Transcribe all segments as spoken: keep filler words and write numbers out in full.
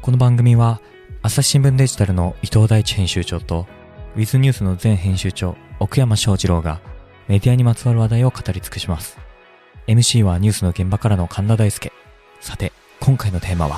この番組は朝日新聞デジタルの伊藤大地編集長とウィズニュースの前編集長奥山翔二郎がメディアにまつわる話題を語り尽くします。 エムシー はニュースの現場からの神田大輔。さて今回のテーマは、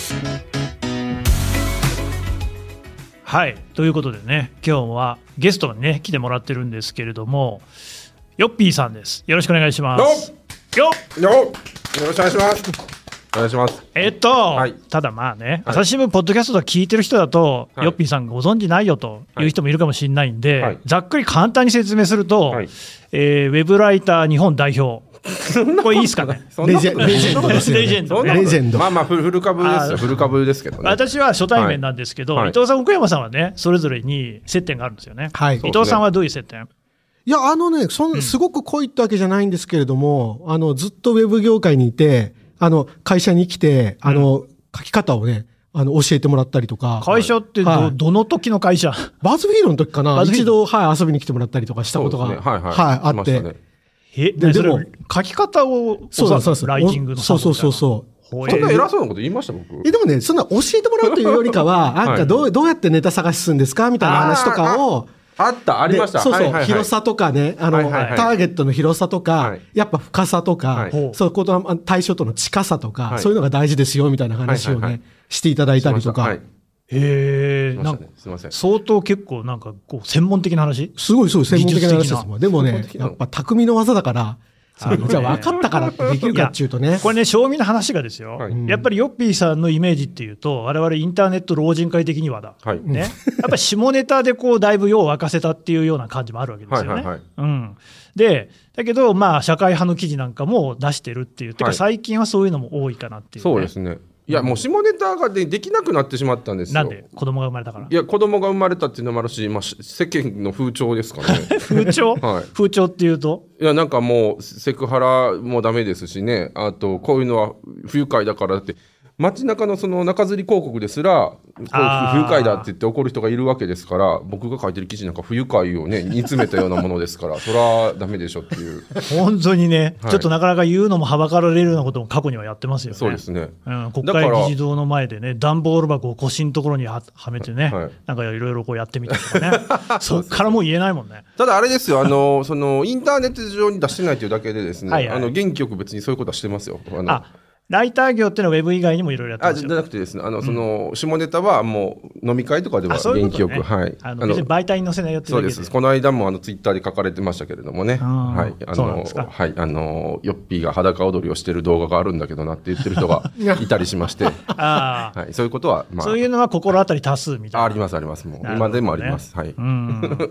はいということでね、今日はゲストにね来てもらってるんですけれども、ヨッピーさんです。よろしくお願いします。 よっよっよろしくお願いします。お願いします。 えっと、はい、ただまあね、はい、朝日新聞ポッドキャストとか聞いてる人だと、はい、ヨッピーさんご存知ないよという人もいるかもしれないんで、はい、ざっくり簡単に説明すると、はい、えー、ウェブライター日本代表これいいですかね。 レジェンドですよね。 レジェンド、ね、 レジェンド。 まあまあフル株ですよ。フル株ですけどね。 私は初対面なんですけど、はい、伊藤さん奥山さんはねそれぞれに接点があるんですよね。はい、伊藤さんはどういう接点？ いやあのねそんすごく濃いってわけじゃないんですけれども、うん、あのずっとウェブ業界にいて、あの会社に来てあの、うん、書き方をねあの教えてもらったりとか。 会社って ど,、はい、どの時の会社？ バズフィードの時かな。一度、はい、遊びに来てもらったりとかしたことが、ね、はいはいはい、あって。ね、 えで, でも書き方をそうそうそうライティングのそうそうそうそうそんな偉そうなこと言いました僕。 えでもねそんな教えてもらうというよりかはなんかどう、はい、どうやってネタ探しするんですかみたいな話とかをあったありました。 そうそう、はいはいはい、広さとかねあの、はいはいはい、ターゲットの広さとか、はい、やっぱ深さとか、はい、そうこと対象との近さとか、はい、そういうのが大事ですよみたいな話をね、はいはいはい、していただいたりとか。 へえ、なんか相当結構なんかこう専門的な話？ すごいそう専門的な話ですもん。でもねやっぱ匠の技だから。あのね、じゃあ分かったからってできるかっていうとね、 これね正味の話がですよ、はい、やっぱりヨッピーさんのイメージっていうと我々インターネット老人会的にはだ、はいね、やっぱり下ネタでこうだいぶ世を沸かせたっていうような感じもあるわけですよね、はいはいはいうん、でだけどまあ社会派の記事なんかも出してるっていう、はい、てか最近はそういうのも多いかなっていう、ね、 そうですね。いやもう下ネタが で, できなくなってしまったんですよ。 なんで？子供が生まれたから？ いや子供が生まれたっていうのもあるし、まあ、世間の風潮ですからね。 風潮、はい、風潮っていうといやなんかもうセクハラもダメですしね、あとこういうのは不愉快だからって街中のその中吊り広告ですらこう不愉快だって言って怒る人がいるわけですから、僕が書いてる記事なんか不愉快をね煮詰めたようなものですからそれはダメでしょっていう本当にね、はい、ちょっとなかなか言うのもはばかられるようなことも過去にはやってますよね。 そうですね、 うん、国会議事堂の前でね段ボール箱を腰のところに は, はめてね、はい、なんかいろいろこうやってみたりとかねそっからもう言えないもんね。 ただあれですよ、あのそのインターネット上に出してないというだけでですね、はいはい、あの元気よく別にそういうことはしてますよ。あのあライター業っていうのはウェブ以外にもいろいろやってますよ。 あじゃなくてですね、あのその下ネタはもう飲み会とかでは元気よく、ね、はい、 あの別に媒体に載せないよってだけで。 そうです。この間もあのツイッターで書かれてましたけれどもね、はい、あのはいあのヨッピーが裸踊りをしてる動画があるんだけどなって言ってる人がいたりしまして、あ、はい、そういうことは、まあ、 そういうのは心当たり多数みたいな。 ありますあります。もう、ね、今でもあります。はい。うん。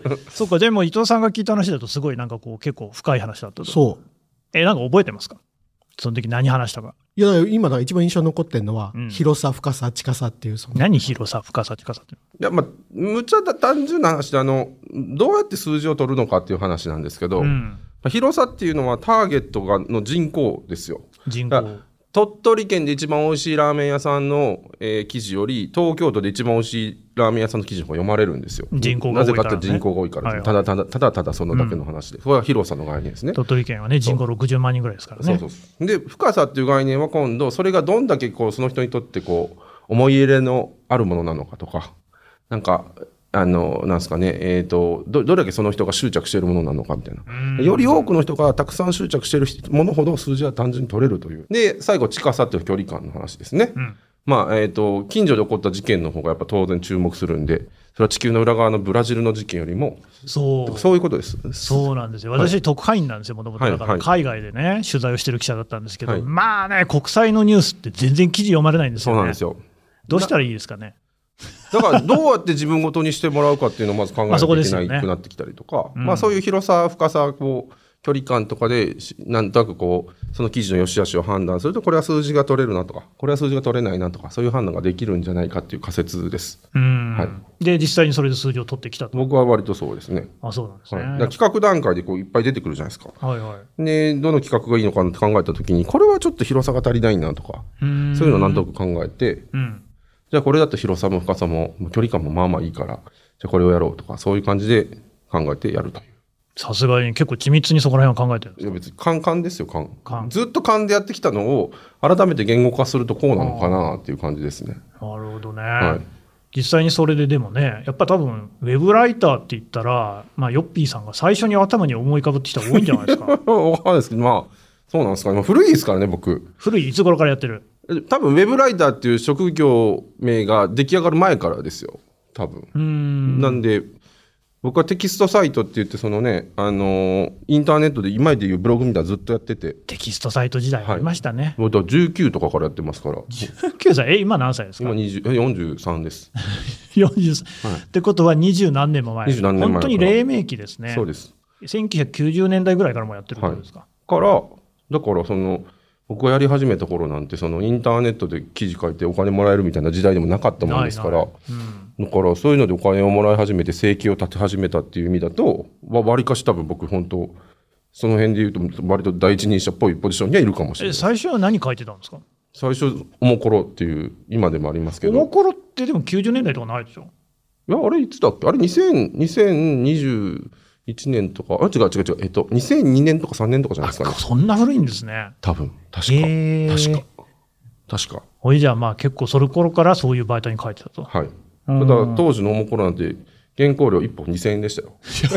そうかでも伊藤さんが聞いた話だとすごいなんかこう結構深い話だったと。 そう。 えなんか覚えてますか？その時何話したか。 いや今だ一番印象に残ってるのは、うん、広さ深さ近さっていうその何広さ深さ近さって。いやまあむちゃ単純な話であのどうやって数字を取るのかっていう話なんですけど、うん、広さっていうのはターゲットがの人口ですよ。 人口。 鳥取県で一番美味しいラーメン屋さんの、えー、記事より東京都で一番美味しいラーメン屋さんの記事の方が読まれるんですよ。 人口が多いから、ね、 なぜかって人口が多いから、はいはい、ただただただただそのだけの話で、うん、それは広さの概念ですね。 鳥取県はね人口ろくじゅうまんにんぐらいですからね。 そうそうそう。で深さっていう概念は今度それがどんだけこうその人にとってこう思い入れのあるものなのかとか、なんかあのなんすかね、えーと、ど, どれだけその人が執着しているものなのかみたいな、より多くの人がたくさん執着しているものほど数字は単純に取れるという。で最後近さっていう距離感の話ですね、うん、まあえーと近所で起こった事件の方がやっぱ当然注目するんで、それは地球の裏側のブラジルの事件よりもそうそういうことです。 そうなんですよ。私、はい、特派員なんですよもともと。だから海外でね、はい、取材をしてる記者だったんですけど、はい、まあね国際のニュースって全然記事読まれないんですよね。 そうなんですよ。 どうしたらいいですかね。 だからどうやって自分ごとにしてもらうかっていうのをまず考えないといけなくなってきたりとか、まあ、そういう広さ深さこう距離感とかでなんとなくこうその記事の良し悪しを判断すると、これは数字が取れるなとかこれは数字が取れないなとか、そういう判断ができるんじゃないかっていう仮説です。うん、はい、で実際にそれで数字を取ってきたと。 僕は割とそうですね。 あ、そうなんですね。 はい、だ企画段階でこういっぱい出てくるじゃないですか。 はいはい、 でどの企画がいいのかって考えた時に、これはちょっと広さが足りないなとか、そういうのをなんとなく考えて、うん、じゃあこれだと広さも深さも距離感もまあまあいいから、じゃあこれをやろうとか、そういう感じで考えてやるという。 さすがに結構緻密にそこら辺は考えてるんですか。 いや別にカンカンですよ、カンカンずっとカンでやってきたのを改めて言語化するとこうなのかなっていう感じですね。 なるほどね、 はい、 実際にそれででもね、やっぱ多分ウェブライターって言ったら、まあ、ヨッピーさんが最初に頭に思い浮かぶって人多いんじゃないですか。 わかんないですけど、まあそうなんですかね。古いですからね、僕。 古い、いつ頃からやってる？ 多分ウェブライターっていう職業名が出来上がる前からですよ、多分。 うーんなんで僕はテキストサイトって言ってそのね、あのー、インターネットで今でいうブログみたいなずっとやってて、 テキストサイト時代ありましたね。 はい、じゅうきゅうとかからやってますから。 じゅうきゅうさい、え今何歳ですか？ 今にじゅう、よんじゅうさんです。 よんじゅうさん、はい、ってことは二十何年も前。 二十何年前。 本当に黎明期ですね。 そうです。 せんきゅうひゃくきゅうじゅうねんだいぐらいからもやってるってことですか？ はい、からだからその僕がやり始めた頃なんてそのインターネットで記事書いてお金もらえるみたいな時代でもなかったもんですから、うん、だからそういうのでお金をもらい始めて生計を立て始めたっていう意味だとわりかし多分僕本当その辺で言うと割と第一人者っぽいポジションにはいるかもしれない。 え最初は何書いてたんですか？ 最初おもころっていう今でもありますけど。 おもころってでもきゅうじゅうねんだいとかないでしょ？ いやあれいつだっけ、あれにせんにじゅういちねんとか、あ違う違う違う、えっとにせんにねんとかさんねんとかじゃないですかね。 そんな古いんですね。 多分確か、えー、確か確か。 おいじゃあまあ結構それ頃からそういう媒体に書いてたと。 はい。ただ当時のおもころなんて原稿料いっぽんにせんえんでしたよ。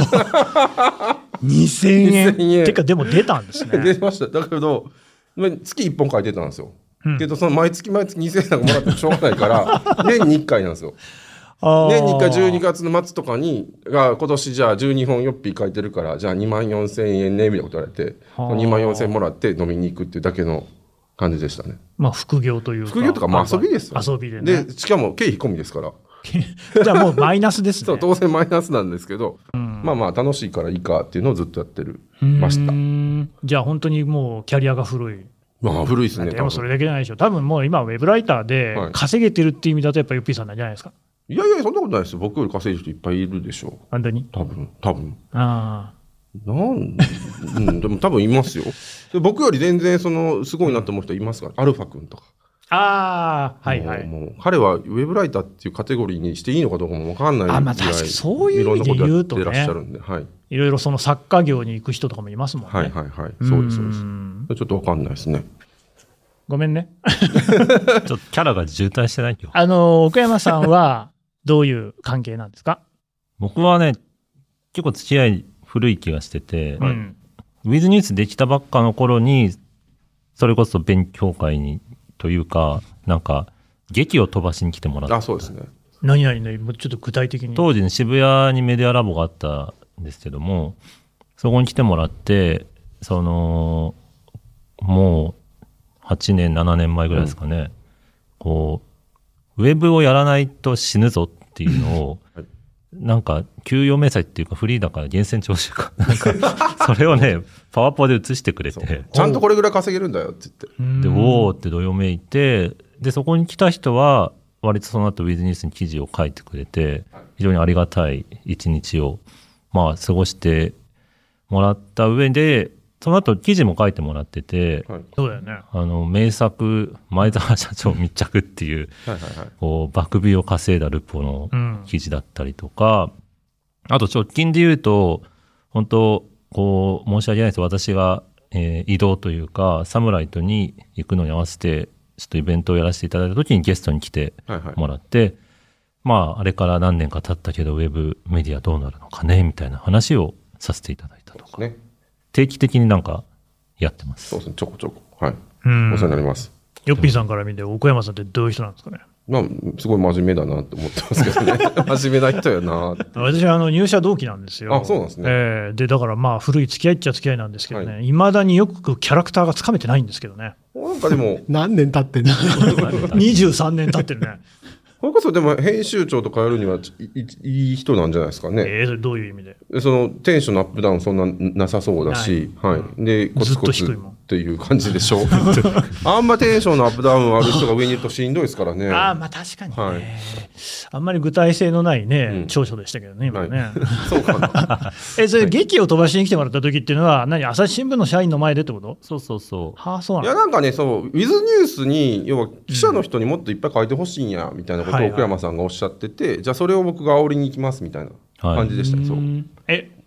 にせんえん。にせんえんてかでも出たんですね。 出ました。だけど月いっぽん書いてたんですよ。うん、けどその毎月毎月にせんえんなんかもらってもしょうがないから年にいっかいなんですよ。年にいっかいじゅうにがつの末とかにが今年じゃあじゅうにほんヨッピー書いてるからじゃあにまんよんせんえんねみたいなこと言われてにまんよんせんえんもらって飲みに行くっていうだけの感じでしたね。 まあ副業というか副業とかまあ遊びですよ。 遊びでね。 でしかも経費込みですからじゃあもうマイナスですね。 そう当然マイナスなんですけど、うん、まあまあ楽しいからいいかっていうのをずっとやってるました。 じゃあ本当にもうキャリアが古い。 まあ古いですね。 でもそれだけじゃないでしょ。多分もう今ウェブライターで稼げてるっていう意味だとやっぱりヨッピーさんなんじゃないですか。 いやいやそんなことないですよ。僕より稼いでる人いっぱいいるでしょう。 本当に？ 多分多分。 ああ。なん、うん、でも多分いますよ。で僕より全然そのすごいなと思う人いますから、アルファ君とか。 ああはいはい。 もう、もう彼はウェブライターっていうカテゴリーにしていいのかどうかも分かんないぐらい。 あまあ確かにそういう意味で言うとね。 いろんなことやってらっしゃるんで、はい。 いろいろその作家業に行く人とかもいますもんね。 はいはいはい。そうですそうです。ちょっと分かんないですね。 ごめんね。 ちょっとキャラが渋滞してないよ。 あの奥山さんはどういう関係なんですか？ 僕はね結構付き合い古い気がしてて、うん、ウィズニュースできたばっかの頃にそれこそ勉強会にというかなんか劇を飛ばしに来てもらった。 あそうですね。 何々ねもうちょっと具体的に。 当時に渋谷にメディアラボがあったんですけどもそこに来てもらってそのもうはちねんななねんまえぐらいですかね、うん、こうウェブをやらないと死ぬぞっていうのを、はい、なんか給与明細っていうかフリーだから源泉徴収かなんかそれをねパワポで移してくれてちゃんとこれぐらい稼げるんだよって言ってでおーってどよめいてでそこに来た人は割とその後ウィズニュースに記事を書いてくれて非常にありがたい一日をまあ過ごしてもらった上でその後記事も書いてもらってて、 はい、そうだよね。 あの名作前澤社長密着っていう、はいはいはい、こう爆美を稼いだルポの記事だったりとか、うん、あと直近で言うと本当こう申し訳ないです私が、えー、移動というかサムライトに行くのに合わせてちょっとイベントをやらせていただいた時にゲストに来てもらって、はいはい、まああれから何年か経ったけどウェブメディアどうなるのかねみたいな話をさせていただいたとか。そうですね。定期的になんかやってます。 そうですね、ちょこちょこ。はい。お世話になります。 ヨッピーさんから見て、奥山さんってどういう人なんですかね。 まあ、すごい真面目だなって思ってますけどね。真面目な人やなって。 私はあの入社同期なんですよ。 あ、そうなんですね。 えー、で、だからまあ、古い付き合いっちゃ付き合いなんですけどね、いま、はい、だによくキャラクターがつかめてないんですけどね。 なんかでも。 何年経ってんのにじゅうさんねん経ってるね。 それこそでも編集長とかやるにはいい、いい人なんじゃないですかね。 えー、それどういう意味で？ そのテンションのアップダウンそんななさそうだし、はい、でコツコツっていう感じでしょう。あんまテンションのアップダウンある人が上にいるとしんどいですからね。 ああまあ確かにね、はい、あんまり具体性のないね、うん、長所でしたけどね今ね。はい、そうかな。えそれ劇を飛ばしに来てもらった時っていうのは何朝日新聞の社員の前でってこと？ そうそうそう。 はあそうなん。 いやなんかねそうウィズニュースに要は記者の人にもっといっぱい書いてほしいんやみたいなことを奥山さんがおっしゃってて、はいはい、じゃあそれを僕が煽りに行きますみたいな感じでしたね。そうえ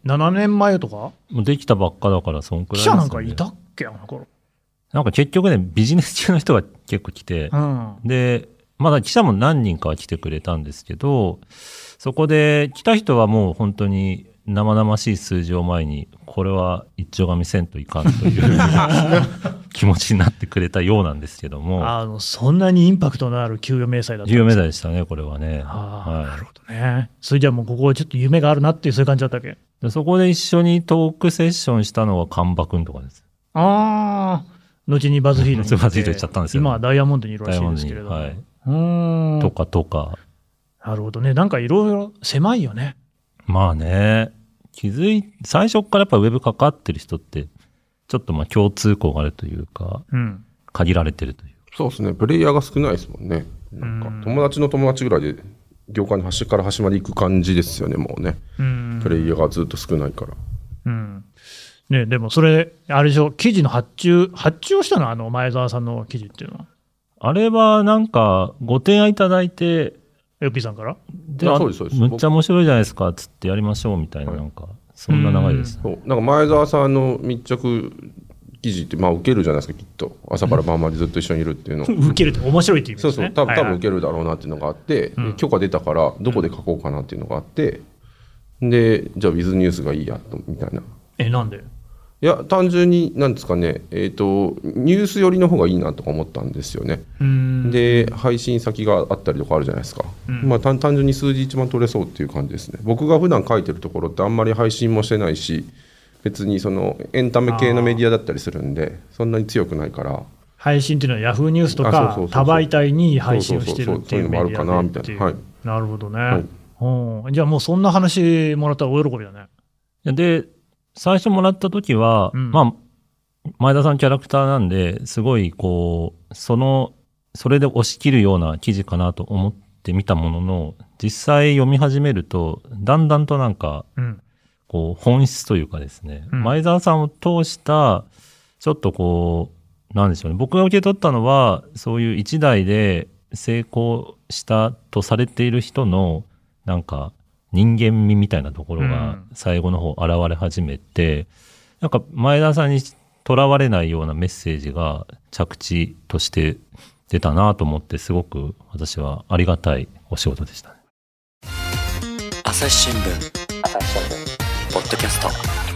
ななねんまえとかもうできたばっかだからそんくらいです、ね、 記者なんかいたっけあの頃。 なんか結局ねビジネス中の人が結構来て、うん、でまだ記者も何人かは来てくれたんですけど、そこで来た人はもう本当に生々しい数字を前にこれは一丁紙せんといかんという気持ちになってくれたようなんですけども、 あのそんなにインパクトのある給与明細だったんですか。 給与明細でしたねこれはね。 あ、はい、なるほどね。それじゃあもうここちょっと夢があるなっていうそういう感じだったっけ。 でそこで一緒にトークセッションしたのは神場くんとかです。 ああ、後にバズフィードにバズフィード行っちゃったんですよ、ね、 今はダイヤモンドにいるらしいですけれども、はい、うーんとかとか。 なるほどね。なんかいろいろ狭いよね。 まあね、気づい最初からやっぱウェブ関わってる人ってちょっとまあ共通項があるというか、うん、限られてるという。 そうですね。プレイヤーが少ないですもんね。なんか友達の友達ぐらいで業界の端から端まで行く感じですよね。もうね。うんプレイヤーがずっと少ないから。うんね、でもそれあれでしょ、記事の発注発注をしたのはあの前澤さんの記事っていうのは。 あれはなんかご提案いただいてヨッピーさんからで、そうですそうです。むっちゃ面白いじゃないですかっつってやりましょうみたいな、なんかそんな流れです、ね、 そうなんか前澤さんの密着記事ってまあ受けるじゃないですか、きっと朝から晩までずっと一緒にいるっていうの受けるって面白いっていう意味ですね。 そうそう多分、多分受けるだろうなっていうのがあって、はいはい、許可出たからどこで書こうかなっていうのがあって、うん、でじゃあウィズニュースがいいやとみたいな。 えなんで。 いや単純に何ですかね、えーと、ニュース寄りの方がいいなとか思ったんですよね。で配信先があったりとかあるじゃないですか、うんまあ、単純に数字一番取れそうっていう感じですね。僕が普段書いてるところってあんまり配信もしてないし、別にそのエンタメ系のメディアだったりするんでそんなに強くないから。 配信っていうのはヤフーニュースとか多媒体に配信をしてるっていうメディアでっていう。なるほどね、はい、じゃあもうそんな話もらったら大喜びだね。 で最初もらった時は、うん、まあ前田さんキャラクターなんですごいこうそのそれで押し切るような記事かなと思ってみたものの、実際読み始めるとだんだんとなんか、うん、こう本質というかですね、うん、前澤さんを通したちょっとこうなんでしょうね、僕が受け取ったのはそういう一代で成功したとされている人のなんか人間味みたいなところが最後の方現れ始めて、うん、なんか前田さんにとらわれないようなメッセージが着地として出たなと思って、すごく私はありがたいお仕事でしたね。 朝日新聞朝日新聞ポッドキャスト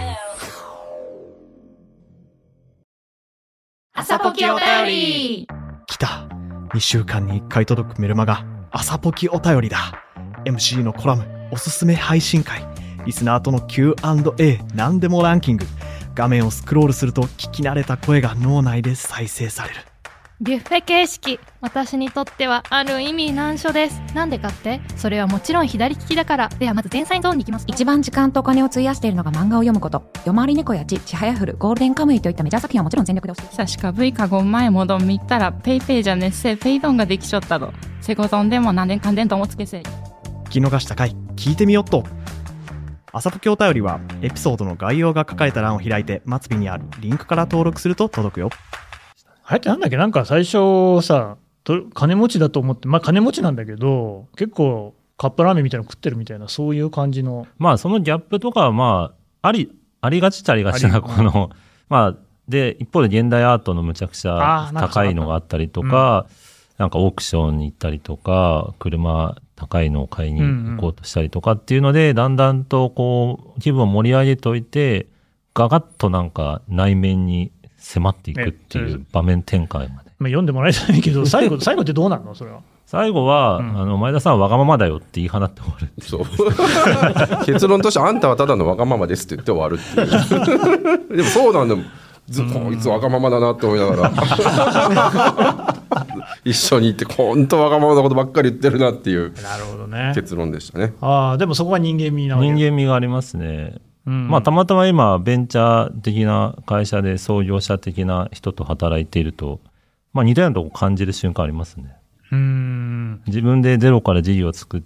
朝ポキお便り来た。にしゅうかんにいっかい届くメルマガ朝ポキお便りだ。 エムシー のコラム、おすすめ配信会、リスナーとの キューアンドエー、 何でもランキング、画面をスクロールすると聞き慣れた声が脳内で再生される。 ビュッフェ形式、私にとってはある意味難所です。なんでかって？それはもちろん左利きだから。ではまず前菜ゾーンに行きます。 一番時間とお金を費やしているのが漫画を読むこと。夜回り猫やち、ちはやふる、ゴールデンカムイといったメジャー作品はもちろん全力で押してさしか V かご前もどんみったらペイペイじゃねっせペイドンができちょったど。セゴゾンでも何年かんでんともつけせ。 聞き逃した回聞いてみよっと。朝ポキお便りはエピソードの概要が書かれた欄を開いて末尾にあるリンクから登録すると届くよ。 あれってなんだっけ、なんか最初さと金持ちだと思って、まあ金持ちなんだけど結構カップラーメンみたいなの食ってるみたいな、そういう感じの。 まあそのギャップとかはまあありありがちっちゃありがちなこの、うん、まあで一方で現代アートのむちゃくちゃ高いのがあったりとか、うん、なんかオークションに行ったりとか車高いのを買いに行こうとしたりとかっていうので、うんうん、だんだんとこう気分を盛り上げておいてガガッとなんか内面に迫っていくっていう場面展開まで、 まあ、読んでもらいたいけど最後最後ってどうなるのそれは。 最後は、うん、あの前田さんはわがままだよって言い放って終わる。 そう結論としてあんたはただのわがままですって言って終わるっていうでもそうなんだもん、ずこいつわがままだなって思いながら一緒にいて本当わがままなことばっかり言ってるなっていう結論でしたね。 ああでもそこは人間味なわけ。 人間味がありますね。うん、まあたまたま今ベンチャー的な会社で創業者的な人と働いていると、まあ似たようなとこ感じる瞬間ありますね。うーん自分でゼロから事業を作って、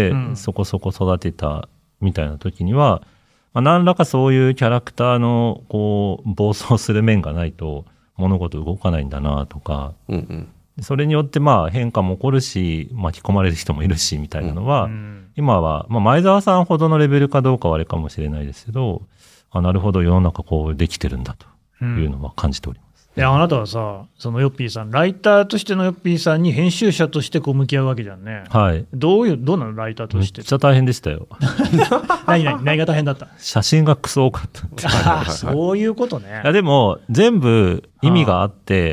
うん、そこそこ育てたみたいな時には、まあ、何らかそういうキャラクターのこう暴走する面がないと物事動かないんだなとか、うんうん、 それによってまあ変化も起こるし巻き込まれる人もいるしみたいなのは、うん、今は、まあ、前澤さんほどのレベルかどうかはあれかもしれないですけど、あ、なるほど世の中こうできてるんだというのは感じております。 いや、あなたはさ、そのヨッピーさん、ライターとしてのヨッピーさんに編集者としてこう向き合うわけじゃんね。 はい。 どういう、どうなのライターとして。 めっちゃ大変でしたよ。 何何何が大変だった？ 写真がクソ多かった。 あ、そういうことね。 いやでも全部意味があって、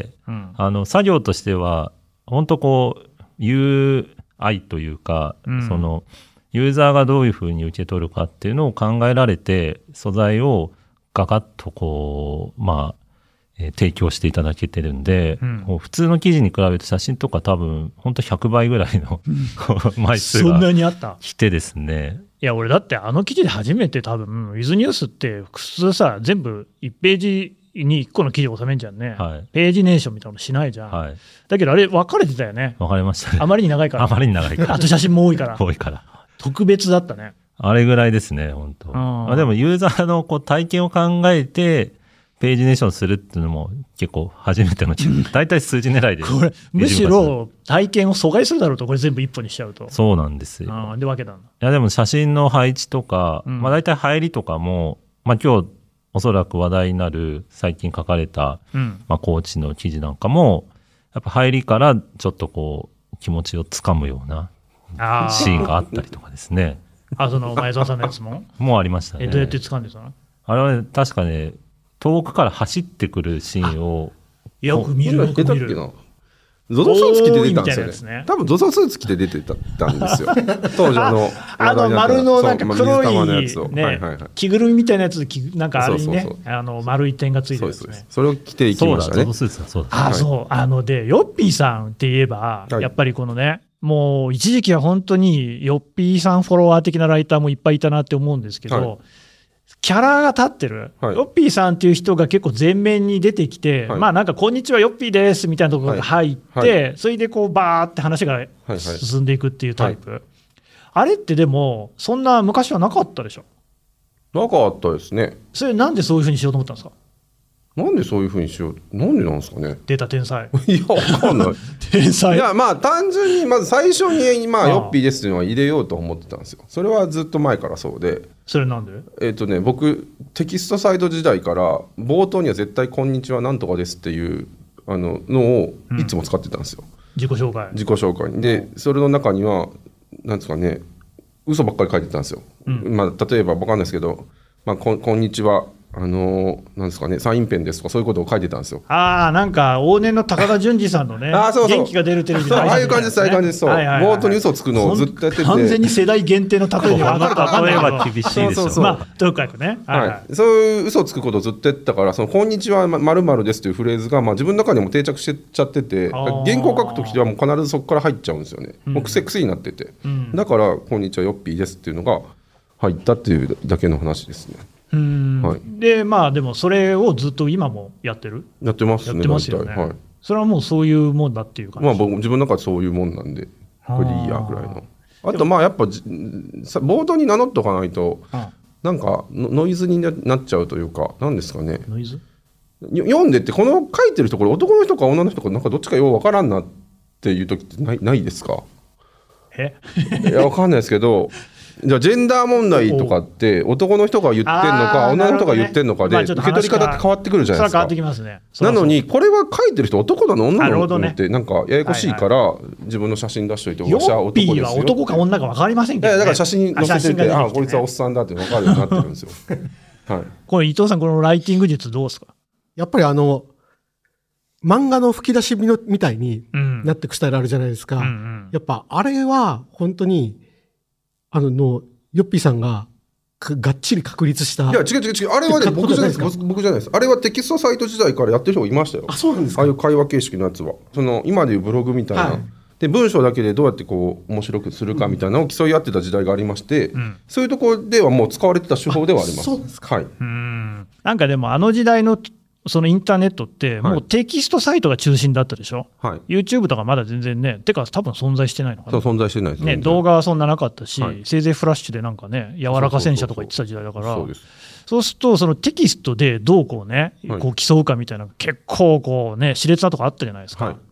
あ、うん、あの作業としては本当こう ユーアイ というか、うん、そのユーザーがどういうふうに受け取るかっていうのを考えられて、素材をガガッとこうまあ。えー、提供していただけてるんで、うん、普通の記事に比べて写真とか多分本当ひゃくばいぐらいの枚数が来てですね。 いや俺だってあの記事で初めて多分ウィズニュースって普通さ全部いちページにいっこの記事を収めんじゃんね、はい、ページネーションみたいなのしないじゃん、はい、だけどあれ分かれてたよね。 分かれましたね。 あまりに長いからあまりに長いからあと写真も多いから多いから特別だったね。 あれぐらいですね本当。あでもユーザーのこう体験を考えてページネーションするっていうのも結構初めての大体数字狙いでこれむしろ体験を阻害するだろうと、これ全部一本にしちゃうと。 そうなんですよ。 あでわけなんだ。 いやでも写真の配置とか、うん、まあ大体入りとかも、まあ今日おそらく話題になる最近書かれた、うんまあ、コーチの記事なんかもやっぱ入りからちょっとこう気持ちをつかむようなシーンがあったりとかですね。 あその前澤さんのやつももうありましたね。 えどうやって掴んでたの？ あれは、ね、確かね遠くから走ってくるシーンをよく見るよく見る。 ゾゾスーツ着て出てたんですよね。多分ゾゾスーツ着て出てたんですよ。当時あのあの丸のなんか黒いね着ぐるみみたいなやつなんかあれにねあの丸い点がついてるんですね。 それを着ていきましたね。 あそうあのでヨッピーさんって言えばやっぱりこのねもう一時期は本当にヨッピーさんフォロワー的なライターもいっぱいいたなって思うんですけど。キャラが立ってる、はい、ヨッピーさんっていう人が結構前面に出てきて、はい、まあなんかこんにちはヨッピーですみたいなところが入って、はいはい、それでこうバーって話が進んでいくっていうタイプ、はいはい、あれってでもそんな昔はなかったでしょ？ なかったですね。 それなんでそういうふうにしようと思ったんですか？ なんでそういうふうにしようなんでなんですかね。 出た天才いやわかんない天才いやまあ単純にまず最初にまあヨッピーですっていうのは入れようと思ってたんですよ。それはずっと前からそうで。 それなんで？ えっとね僕テキストサイト時代から冒頭には絶対こんにちはなんとかですっていうあののをいつも使ってたんですよ、うん、 自己紹介自己紹介でそれの中にはなんですかね嘘ばっかり書いてたんですよ、うんまあ、例えば分かんないですけど、まあ、こ, こんにちはあのなんですかね、サインペンですとかそういうことを書いてたんですよ。 ああなんか往年の高田純次さんのねあそうそう元気が出るテレビで、 ね、ああいう感じですああいう感じですそう、はいはいはい、冒頭に嘘つくのをずっとやってて完全に世代限定の例えにはなった例えば厳しいですよ。 そうそうそうまあとにかくね、 はいはい、そういう嘘つくことをずっとやってたからそのこんにちは〇〇ですというフレーズが、まあ、自分の中にも定着してちゃってて原稿書くときはもう必ずそこから入っちゃうんですよね、うん、もう癖癖になってて、うん、だからこんにちはヨッピーですっていうのが入ったっていうだけの話ですね。 うんはい、でまあでもそれをずっと今もやってるやってますね。 やってますよね、はい、それはもうそういうもんだっていう感じ。 まあ僕自分の中でそういうもんなんでこれでいいやぐらいの。あとまあやっぱ冒頭に名乗っとかないとなんかノイズになっちゃうというかなんですかね。 ノイズ読んでってこの書いてる人これ男の人か女の人かなんかどっちかようわからんなっていう時ってない、ないですか？ えいやわかんないですけどじゃあジェンダー問題とかって男の人が言ってんのか女の人が言ってんのかで受け取り方って変わってくるじゃないですか。 変わってきますね。 なのにこれは書いてる人男なの女なのと思ってなんかややこしいから自分の写真出しといてヨッピーは男か女か分かりませんけどね。 だから写真載せててあこいつはおっさんだって分かるようになってるんですよはい、 これ伊藤さんこのライティング術どうですか？ やっぱりあの漫画の吹き出しみたいになっていくスタイルあるじゃないですか、うんうんうん、やっぱあれは本当にあののヨッピーさんががっちり確立した。 いや違う違う違うあれはね僕じゃないです僕じゃないです。あれはテキストサイト時代からやってる人がいましたよ。 あそうなんですか。 ああいう会話形式のやつはその今でいうブログみたいな、はい、で文章だけでどうやってこう面白くするかみたいなのを競い合ってた時代がありまして、うん、そういうところではもう使われてた手法ではあります。 そうですか。 はい、 うんなんかでもあの時代のそのインターネットってもうテキストサイトが中心だったでしょ、はい、YouTube とかまだ全然ねてか多分存在してないのかな。 そう存在してないですね。 動画はそんななかったし、はい、せいぜいフラッシュでなんかね柔らか戦車とか言ってた時代だからそうです。そうするとそのテキストでどうこうねこう競うかみたいな結構こうね熾烈なとこあったじゃないですか、はい、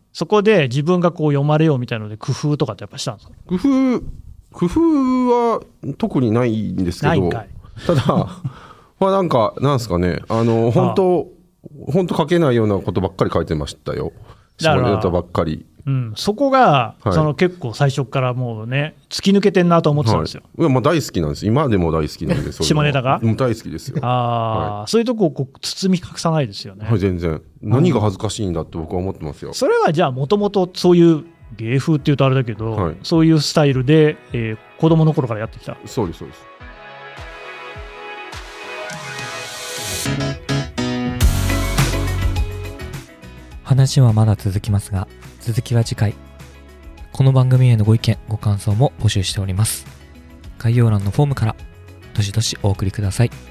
そこで自分がこう読まれようみたいなので工夫とかってやっぱしたんですか？ 工夫工夫は特にないんですけど、ただまあなんかなんですかね、あの本当本当書けないようなことばっかり書いてましたよ。下ネタばっかり。 うん、そこが、はい、その結構最初からもうね突き抜けてんなと思ってたんですよ。 はい、いやまあ大好きなんです。今でも大好きなんで。 下ネタがもう大好きですよ。 あ、はい、そういうとこをこう包み隠さないですよね。 はい、全然何が恥ずかしいんだって僕は思ってますよ。 それはじゃあもともとそういう芸風っていうとあれだけど、はい、そういうスタイルで、えー、子供の頃からやってきた。 そうですそうです。 話はまだ続きますが、続きは次回。この番組へのご意見ご感想も募集しております。概要欄のフォームからどしどしお送りください。